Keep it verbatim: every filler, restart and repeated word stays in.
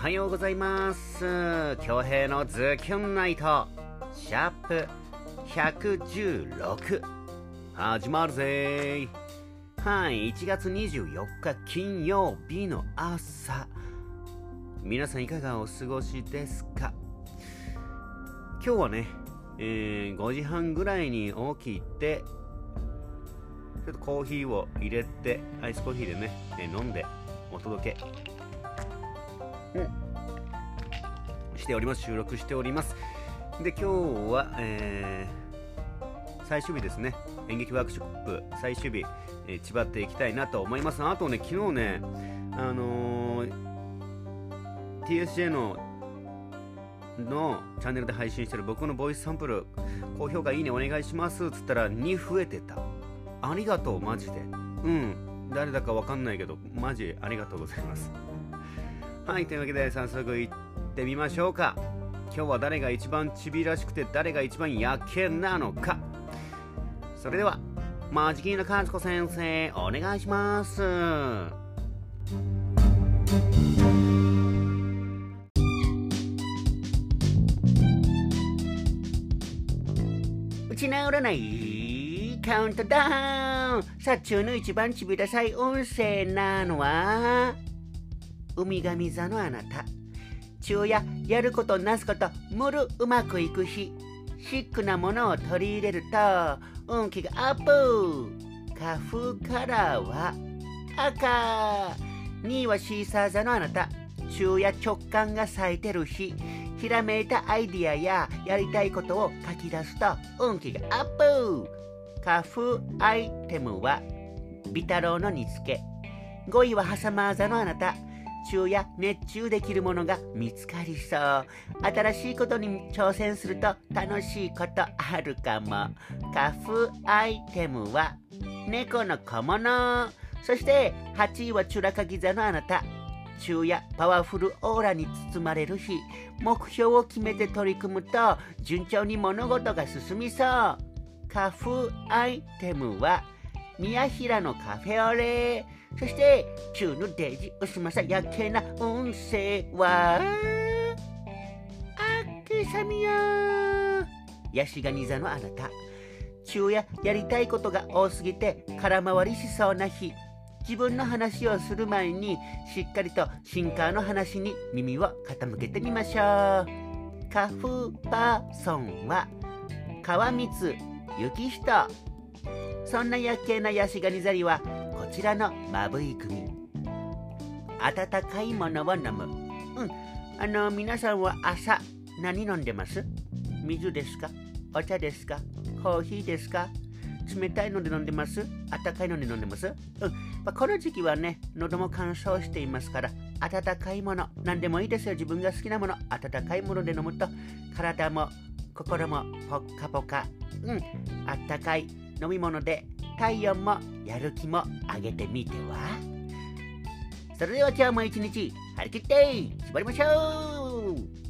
はようございます。恭平のズキュンナイトシャープひゃくじゅうろく始まるぜ。はい、いちがつにじゅうよっか金曜日の朝、皆さんいかがお過ごしですか？今日はね、えー、ごじはんぐらいに起きて、ちょっとコーヒーを入れて、アイスコーヒーでね、えー、飲んでお届け、うん、しております。収録しております。で、今日は、えー、最終日ですね。演劇ワークショップ最終日、えー、千葉っていきたいなと思います。あとね、昨日ね、あのー、ティーエスジェー ののチャンネルで配信してる僕のボイスサンプル、高評価いいねお願いしますっつったらに増えてた。ありがとう、マジで。うん、誰だかわかんないけどマジありがとうございます。はい、というわけで早速行ってみましょうか。今日は誰が一番チビらしくて誰が一番やけなのか。それではマジキーの和子先生お願いします。うち直らないカウントダウン。さあ、中の一番ちびらさい音声なのはウミガミ座のあなた。昼夜やることなすことむるうまくいく日、シックなものを取り入れると運気がアップ。花粉カラーは赤。にいはシーサー座のあなた。昼夜直感が咲いてる日、ひらめいたアイディアややりたいことを書き出すと運気がアップ。花粉アイテムはビタロウの煮付け。ごいはハサマー座のあなた。昼夜熱中できるものが見つかりそう。新しいことに挑戦すると楽しいことあるかも。花粉アイテムは猫の小物。そしてはちいはチュラカギ座のあなた。昼夜パワフルオーラに包まれる日、目標を決めて取り組むと順調に物事が進みそう。花粉アイテムは宮平のカフェオレ。そして中のデジウスマサやけな運勢はあけさみや。ヤシガニ座のあなた。昼夜やりたいことが多すぎて空回りしそうな日、自分の話をする前にしっかりとシンカーの話に耳を傾けてみましょう。花粉パーソンは川光幸人。そんなやけなヤシガニザリはこちらのまぶい組。温かいものを飲む。うん、あの皆さんは朝何飲んでます？水ですか？お茶ですか？コーヒーですか？冷たいので飲んでます？温かいので飲んでます？うん、まあ、この時期はね、喉も乾燥していますから、温かいもの何でもいいですよ。自分が好きなもの、温かいもので飲むと体も心もポッカポカ。うん、あったかい飲み物で体温もやる気も上げてみては。それでは今日も一日張り切って縛りましょう。